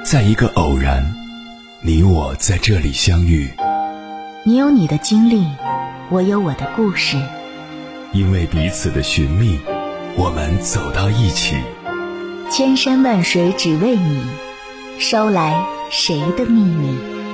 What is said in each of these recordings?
在一个偶然，你我在这里相遇。 你有你的经历，我有我的故事。 因为彼此的寻觅，我们走到一起。 千山万水只为你，捎来谁的秘密？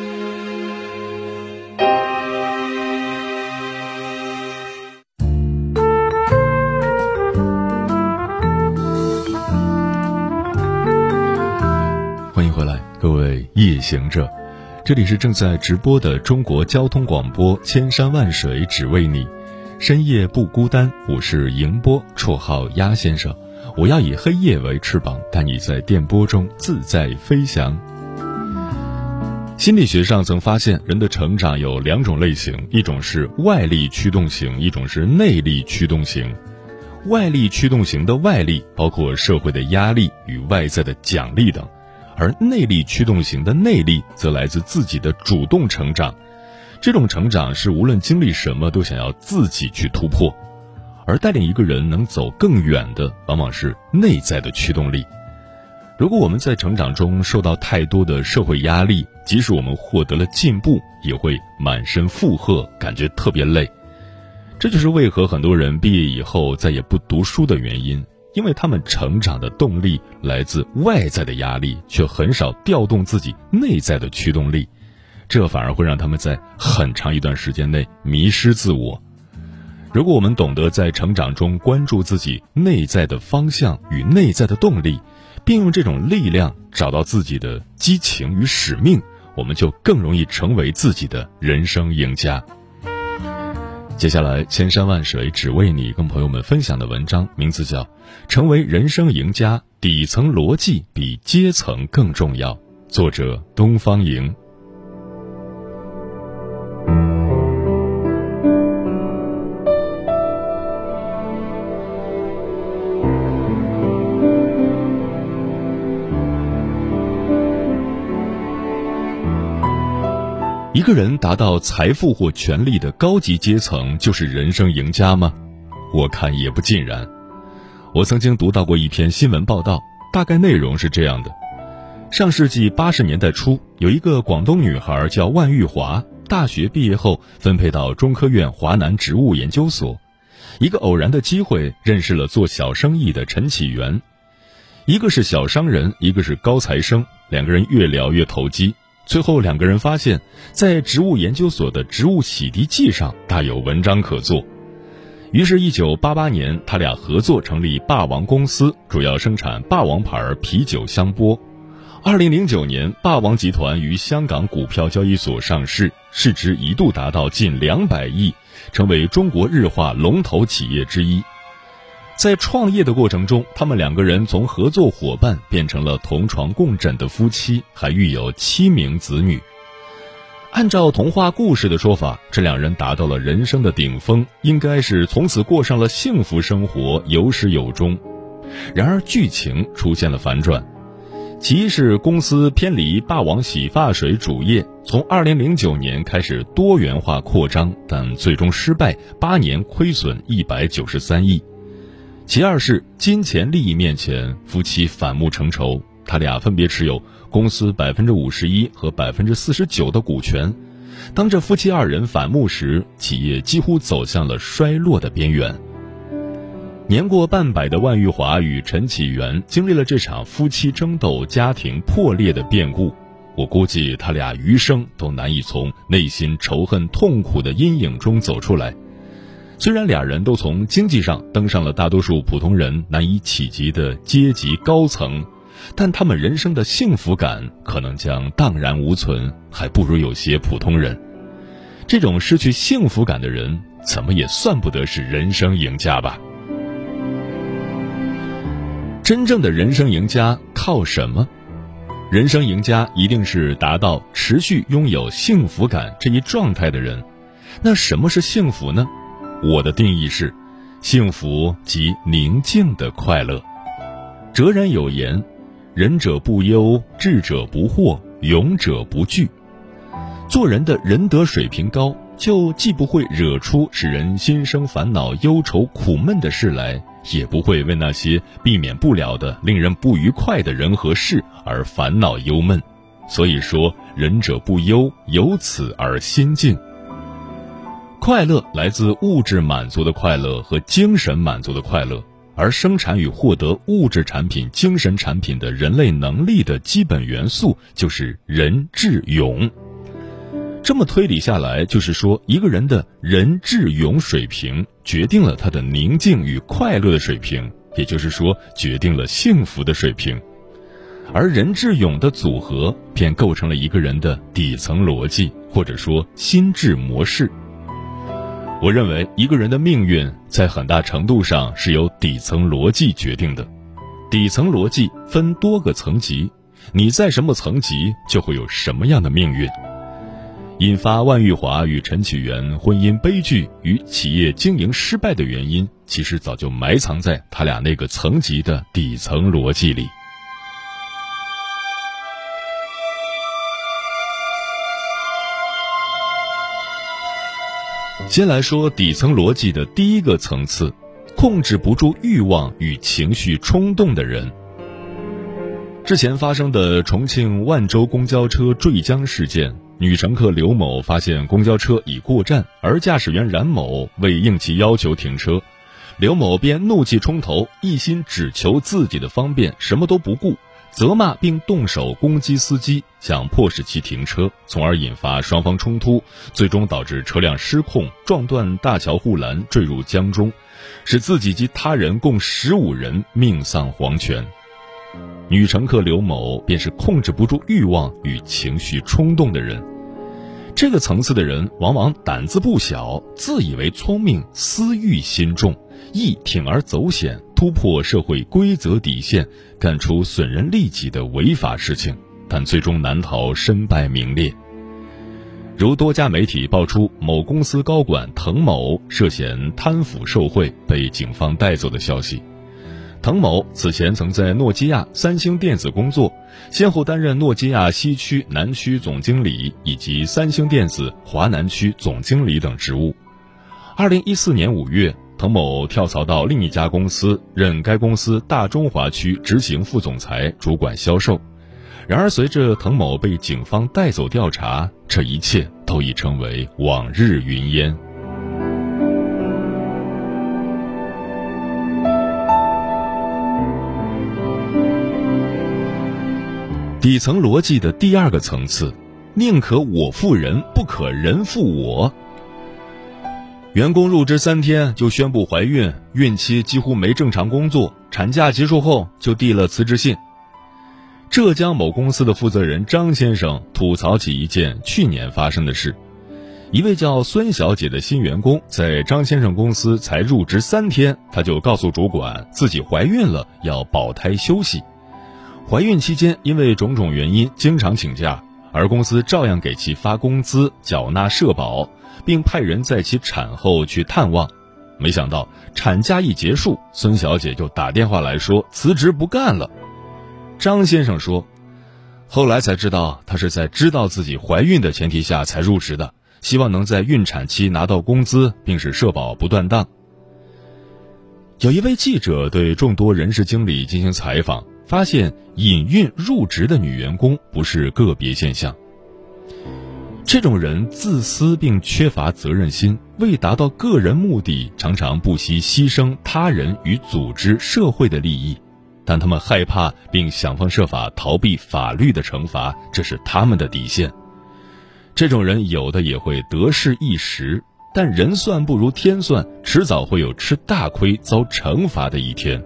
欢迎回来，各位夜行者，这里是正在直播的中国交通广播，千山万水只为你，深夜不孤单。我是迎波，绰号鸭先生。我要以黑夜为翅膀，带你在电波中自在飞翔。心理学上曾发现，人的成长有两种类型，一种是外力驱动型，一种是内力驱动型。外力驱动型的外力包括社会的压力与外在的奖励等，而内力驱动型的内力则来自自己的主动成长。这种成长是无论经历什么都想要自己去突破，而带领一个人能走更远的往往是内在的驱动力。如果我们在成长中受到太多的社会压力，即使我们获得了进步，也会满身负荷，感觉特别累。这就是为何很多人毕业以后再也不读书的原因，因为他们成长的动力来自外在的压力，却很少调动自己内在的驱动力，这反而会让他们在很长一段时间内迷失自我。如果我们懂得在成长中关注自己内在的方向与内在的动力，并用这种力量找到自己的激情与使命，我们就更容易成为自己的人生赢家。接下来，千山万水只为你跟朋友们分享的文章名字叫《成为人生赢家，底层逻辑比阶层更重要》，作者东方莹。一个人达到财富或权力的高级阶层就是人生赢家吗？我看也不尽然。我曾经读到过一篇新闻报道，大概内容是这样的：上世纪80年代初，有一个广东女孩叫万玉华，大学毕业后分配到中科院华南植物研究所。一个偶然的机会认识了做小生意的陈启元，一个是小商人，一个是高材生，两个人越聊越投机。最后两个人发现，在植物研究所的植物洗涤剂上大有文章可做。于是1988年，他俩合作成立霸王公司，主要生产霸王牌啤酒香波。2009年，霸王集团于香港股票交易所上市，市值一度达到近200亿，成为中国日化龙头企业之一。在创业的过程中，他们两个人从合作伙伴变成了同床共枕的夫妻，还育有7名子女。按照童话故事的说法，这两人达到了人生的顶峰，应该是从此过上了幸福生活，有始有终。然而剧情出现了反转，其一是公司偏离霸王洗发水主业，从2009年开始多元化扩张，但最终失败，8年亏损193亿。其二是金钱利益面前，夫妻反目成仇，他俩分别持有公司51%和49%的股权。当这夫妻二人反目时，企业几乎走向了衰落的边缘。年过半百的万玉华与陈启元经历了这场夫妻争斗、家庭破裂的变故。我估计他俩余生都难以从内心仇恨痛苦的阴影中走出来。虽然俩人都从经济上登上了大多数普通人难以企及的阶级高层，但他们人生的幸福感可能将荡然无存，还不如有些普通人。这种失去幸福感的人，怎么也算不得是人生赢家吧。真正的人生赢家靠什么？人生赢家一定是达到持续拥有幸福感这一状态的人。那什么是幸福呢？我的定义是，幸福即宁静的快乐。哲人有言，仁者不忧，智者不惑，勇者不惧。做人的仁德水平高，就既不会惹出使人心生烦恼、忧愁苦闷的事来， 也不会为那些避免不了的令人不愉快的人和事而烦恼忧闷。所以说，仁者不忧，由此而心静。快乐来自物质满足的快乐和精神满足的快乐，而生产与获得物质产品、精神产品的人类能力的基本元素就是仁、智、勇。这么推理下来，就是说，一个人的仁、智、勇水平决定了他的宁静与快乐的水平，也就是说，决定了幸福的水平。而仁、智、勇的组合便构成了一个人的底层逻辑，或者说心智模式。我认为一个人的命运在很大程度上是由底层逻辑决定的。底层逻辑分多个层级，你在什么层级就会有什么样的命运。引发万玉华与陈启源婚姻悲剧与企业经营失败的原因，其实早就埋藏在他俩那个层级的底层逻辑里。先来说底层逻辑的第一个层次，控制不住欲望与情绪冲动的人。之前发生的重庆万州公交车坠江事件，女乘客刘某发现公交车已过站，而驾驶员冉某未应其要求停车，刘某便怒气冲头，一心只求自己的方便，什么都不顾，责骂并动手攻击司机，想迫使其停车，从而引发双方冲突，最终导致车辆失控，撞断大桥护栏，坠入江中，使自己及他人共15人命丧黄泉。女乘客刘某便是控制不住欲望与情绪冲动的人。这个层次的人往往胆子不小，自以为聪明，私欲心重，易铤而走险，突破社会规则底线，干出损人利己的违法事情，但最终难逃身败名裂。如多家媒体爆出某公司高管滕某涉嫌贪腐受贿被警方带走的消息。滕某此前曾在诺基亚、三星电子工作，先后担任诺基亚西区、南区总经理以及三星电子华南区总经理等职务。2014年5月，滕某跳槽到另一家公司，任该公司大中华区执行副总裁，主管销售。然而随着滕某被警方带走调查，这一切都已成为往日云烟。底层逻辑的第二个层次，宁可我负人，不可人负我。员工入职3天就宣布怀孕，孕期几乎没正常工作，产假结束后就递了辞职信。浙江某公司的负责人张先生吐槽起一件去年发生的事。一位叫孙小姐的新员工在张先生公司才入职3天，她就告诉主管自己怀孕了，要保胎休息。怀孕期间因为种种原因经常请假，而公司照样给其发工资、缴纳社保，并派人在其产后去探望。没想到产假一结束，孙小姐就打电话来说辞职不干了。张先生说，后来才知道她是在知道自己怀孕的前提下才入职的，希望能在孕产期拿到工资，并使社保不断档。有一位记者对众多人事经理进行采访，发现隐孕入职的女员工不是个别现象。这种人自私并缺乏责任心，为达到个人目的，常常不惜牺牲他人与组织、社会的利益，但他们害怕并想方设法逃避法律的惩罚，这是他们的底线。这种人有的也会得势一时，但人算不如天算，迟早会有吃大亏遭惩罚的一天。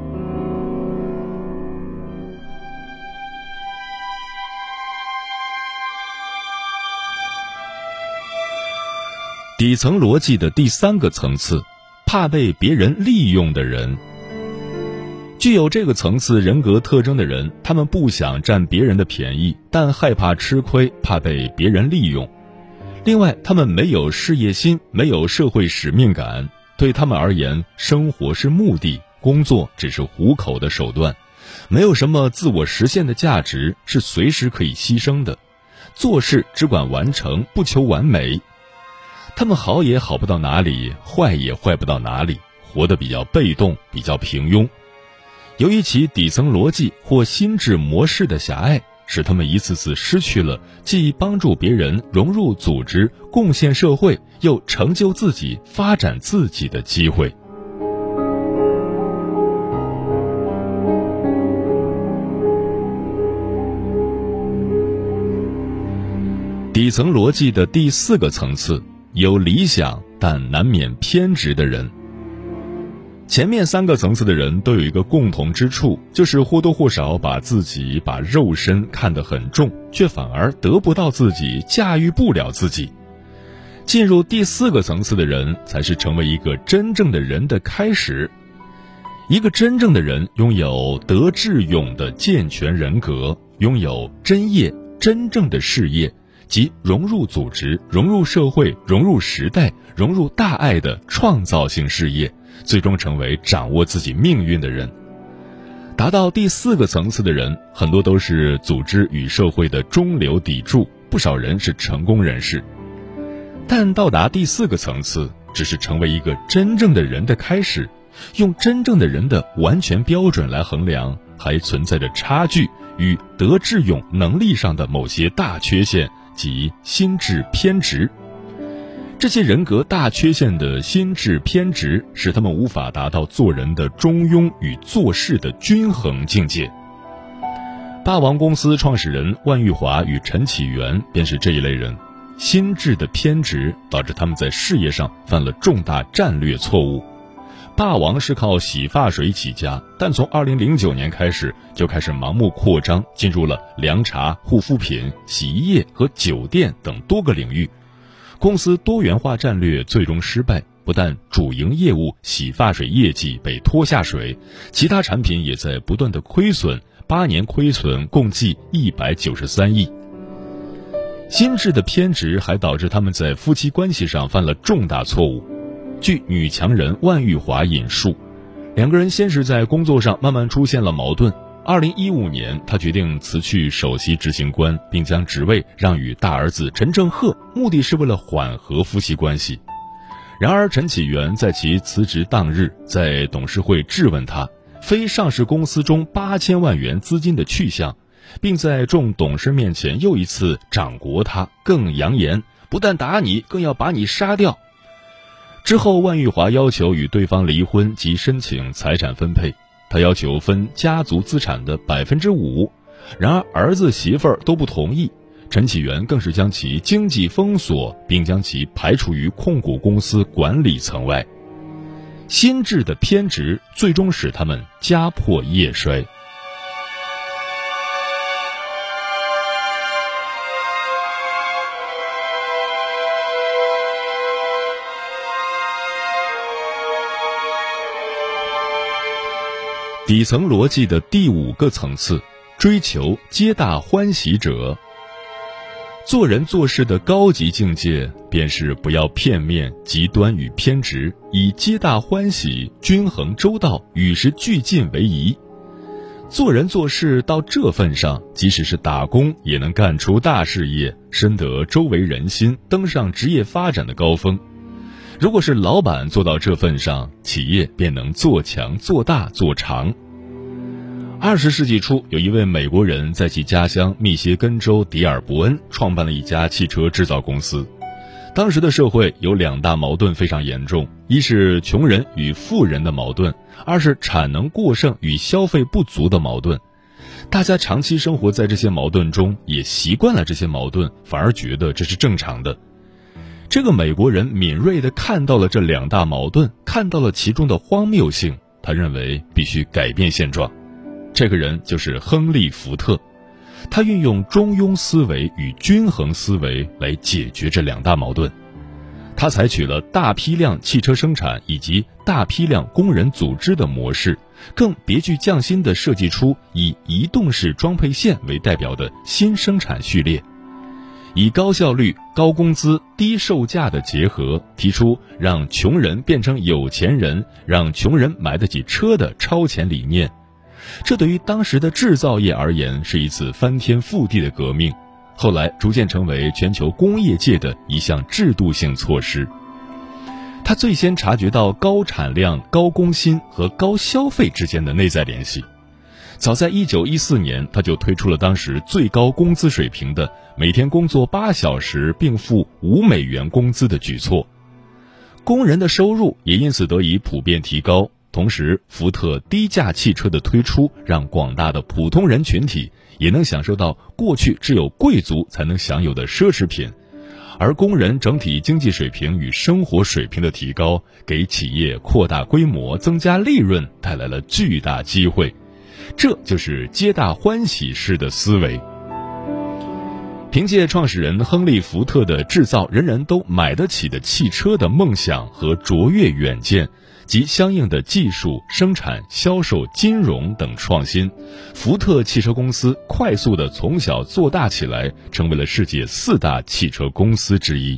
底层逻辑的第3个层次，怕被别人利用的人。具有这个层次人格特征的人，他们不想占别人的便宜，但害怕吃亏，怕被别人利用。另外，他们没有事业心，没有社会使命感，对他们而言，生活是目的，工作只是糊口的手段，没有什么自我实现的价值，是随时可以牺牲的。做事只管完成，不求完美。他们好也好不到哪里，坏也坏不到哪里， 活得比较被动，比较平庸。由于其底层逻辑或心智模式的狭隘，使他们一次次失去了既帮助别人融入组织、贡献社会，又成就自己、发展自己的机会。底层逻辑的第4个层次，有理想但难免偏执的人。前面3个层次的人都有一个共同之处，就是或多或少把自己、把肉身看得很重，却反而得不到自己，驾驭不了自己。进入第4个层次的人，才是成为一个真正的人的开始。一个真正的人拥有德智勇的健全人格，拥有真业、真正的事业，即融入组织、融入社会、融入时代、融入大爱的创造性事业，最终成为掌握自己命运的人。达到第4个层次的人，很多都是组织与社会的中流砥柱，不少人是成功人士。但到达第4个层次，只是成为一个真正的人的开始。用真正的人的完全标准来衡量，还存在着差距与德智勇能力上的某些大缺陷，即心智偏执。这些人格大缺陷的心智偏执，使他们无法达到做人的中庸与做事的均衡境界。霸王公司创始人万玉华与陈启源便是这一类人。心智的偏执导致他们在事业上犯了重大战略错误。霸王是靠洗发水起家，但从2009年开始就开始盲目扩张，进入了凉茶、护肤品、洗衣液和酒店等多个领域。公司多元化战略最终失败，不但主营业务洗发水业绩被拖下水，其他产品也在不断的亏损，8年亏损共计193亿。心智的偏执还导致他们在夫妻关系上犯了重大错误。据女强人万玉华引述，2个人先是在工作上慢慢出现了矛盾。2015年，她决定辞去首席执行官，并将职位让与大儿子陈正赫，目的是为了缓和夫妻关系。然而，陈启源在其辞职当日，在董事会质问他非上市公司中8000万元资金的去向，并在众董事面前又一次掌掴他，更扬言不但打你，更要把你杀掉。之后，万玉华要求与对方离婚及申请财产分配，他要求分家族资产的5%，然而儿子媳妇儿都不同意。陈启源更是将其经济封锁，并将其排除于控股公司管理层外。心智的偏执最终使他们家破业衰。底层逻辑的第5个层次，追求皆大欢喜者。做人做事的高级境界，便是不要片面、极端与偏执，以皆大欢喜、均衡周到、与时俱进为宜。做人做事到这份上，即使是打工也能干出大事业，深得周围人心，登上职业发展的高峰。如果是老板做到这份上，企业便能做强、做大、做长。20世纪初，有一位美国人在其家乡密歇根州迪尔伯恩创办了一家汽车制造公司。当时的社会有2大矛盾非常严重，一是穷人与富人的矛盾，二是产能过剩与消费不足的矛盾。大家长期生活在这些矛盾中，也习惯了这些矛盾，反而觉得这是正常的。这个美国人敏锐地看到了这2大矛盾，看到了其中的荒谬性，他认为必须改变现状。这个人就是亨利·福特，他运用中庸思维与均衡思维来解决这2大矛盾。他采取了大批量汽车生产以及大批量工人组织的模式，更别具匠心地设计出以移动式装配线为代表的新生产序列。以高效率、高工资、低售价的结合，提出让穷人变成有钱人，让穷人买得起车的超前理念。这对于当时的制造业而言是一次翻天覆地的革命，后来逐渐成为全球工业界的一项制度性措施。 他最先察觉到高产量、高工薪和高消费之间的内在联系。早在1914年，他就推出了当时最高工资水平的每天工作8小时并付5美元工资的举措，工人的收入也因此得以普遍提高。同时，福特低价汽车的推出，让广大的普通人群体也能享受到过去只有贵族才能享有的奢侈品，而工人整体经济水平与生活水平的提高，给企业扩大规模、增加利润带来了巨大机会。这就是皆大欢喜式的思维。凭借创始人亨利·福特的制造人人都买得起的汽车的梦想和卓越远见及相应的技术、生产、销售、金融等创新，福特汽车公司快速地从小做大起来，成为了世界4大汽车公司之一。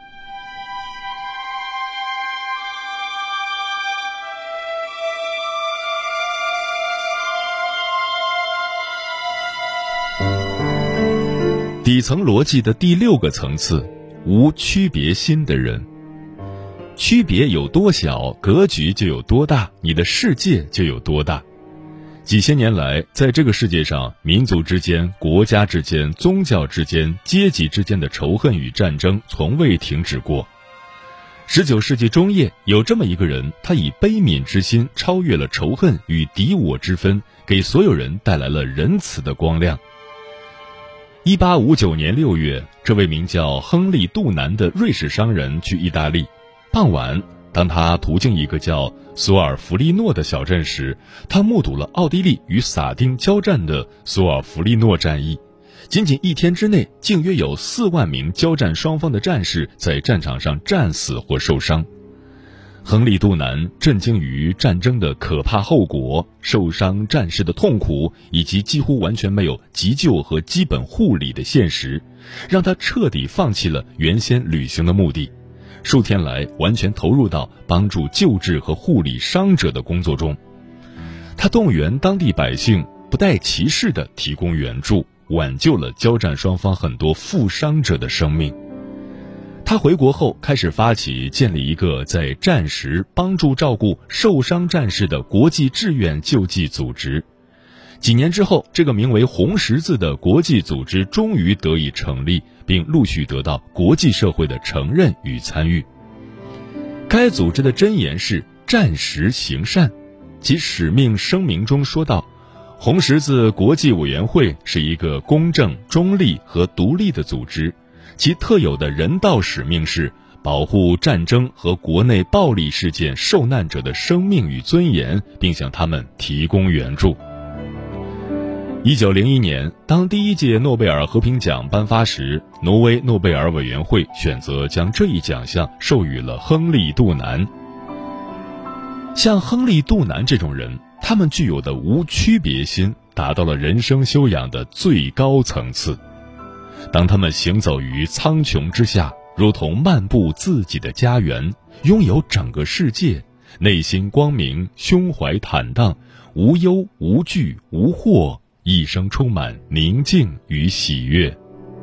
底层逻辑的第6个层次，无区别心的人。区别有多小，格局就有多大，你的世界就有多大。几千年来，在这个世界上，民族之间、国家之间、宗教之间、阶级之间的仇恨与战争从未停止过。19世纪中叶，有这么一个人，他以悲悯之心超越了仇恨与敌我之分，给所有人带来了仁慈的光亮。1859年6月，这位名叫亨利·杜南的瑞士商人去意大利。傍晚，当他途经一个叫索尔弗利诺的小镇时，他目睹了奥地利与撒丁交战的索尔弗利诺战役。仅仅1天之内，竟约有4万名交战双方的战士在战场上战死或受伤。亨利·杜南震惊于战争的可怕后果、受伤战士的痛苦以及几乎完全没有急救和基本护理的现实，让他彻底放弃了原先旅行的目的，数天来完全投入到帮助救治和护理伤者的工作中。他动员当地百姓不带歧视地提供援助，挽救了交战双方很多负伤者的生命。他回国后开始发起建立一个在战时帮助照顾受伤战士的国际志愿救济组织。几年之后，这个名为红十字的国际组织终于得以成立，并陆续得到国际社会的承认与参与。该组织的箴言是战时行善，其使命声明中说道，红十字国际委员会是一个公正、中立和独立的组织，其特有的人道使命是保护战争和国内暴力事件受难者的生命与尊严，并向他们提供援助。1901年，当第1届诺贝尔和平奖颁发时，挪威诺贝尔委员会选择将这一奖项授予了亨利·杜南。像亨利·杜南这种人，他们具有的无区别心达到了人生修养的最高层次。当他们行走于苍穹之下，如同漫步自己的家园，拥有整个世界，内心光明，胸怀坦荡，无忧无惧无惑，一生充满宁静与喜悦。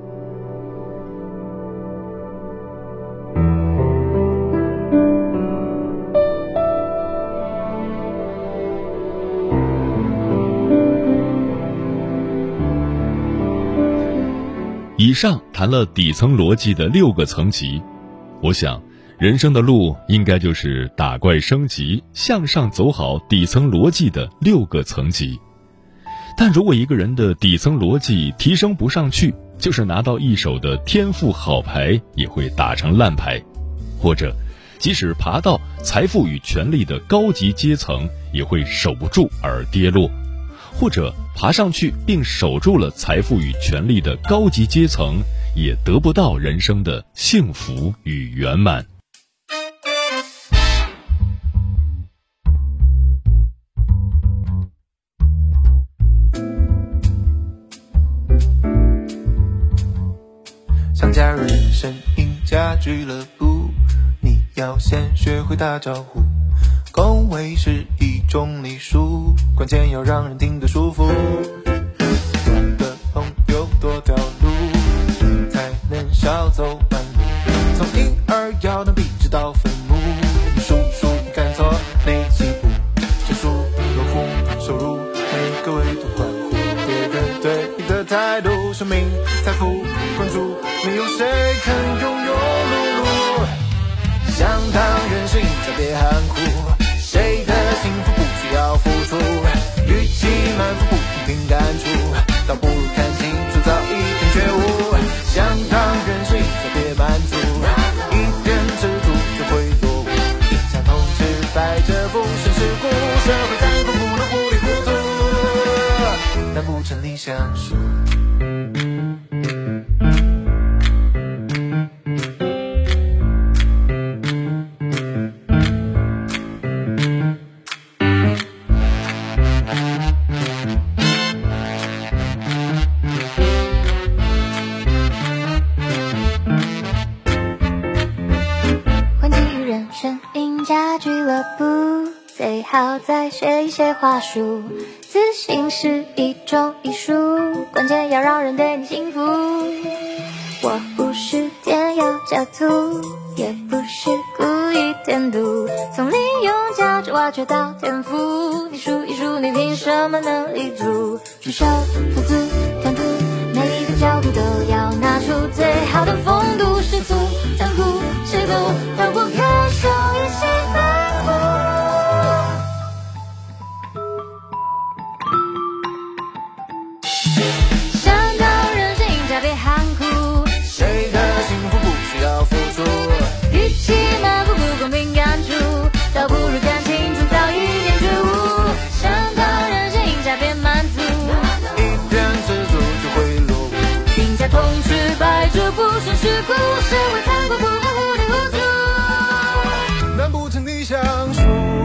以上谈了底层逻辑的6个层级，我想人生的路应该就是打怪升级，向上走好底层逻辑的6个层级。但如果一个人的底层逻辑提升不上去，就是拿到一手的天赋好牌也会打成烂牌，或者即使爬到财富与权力的高级阶层，也会守不住而跌落，或者爬上去并守住了财富与权力的高级阶层，也得不到人生的幸福与圆满。 想加入人生赢家俱乐部，你要先学会打招呼。恭维是一种礼数，关键要让人听得舒服。多个朋友多条路，才能少走弯路。从婴儿要能笔直到坟墓， 态度，生命、财富、关注，没有谁肯拥有碌碌。想当人生赢家别含糊，谁的幸福不需要付出？与其满腹不平感触，倒不如看清楚，早一点觉悟。想当人生赢家别满足，一点知足就会落伍。一家同吃百折不胜世故，社会残酷不能糊里糊涂，难不成理想术？ 最好再学一些话术，自信是一种艺术，关键要让人对你幸福。我不是添油加醋，也不是故意添堵，从利用价值挖掘到天赋，你数一数你凭什么能立足？举手投足谈吐，每一个角度都要拿出最好的风度，世俗残酷谁都逃不开手一起反复。别含糊， 谁的幸福不需要付出？ 与其满腹不公平感触，倒不如看清楚，早一点觉悟。想当人生赢家别满足， 一点知足就会落伍。 赢家同吃百折不胜世故，社会残酷不能糊里糊涂， 难不成理想术？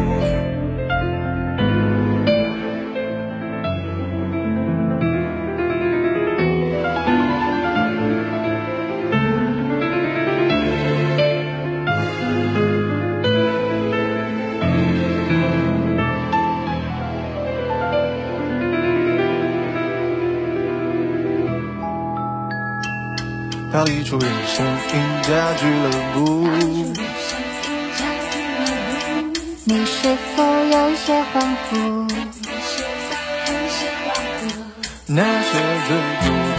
逃离出人生赢家俱乐部， 你是否有一些恍惚？ 那些最初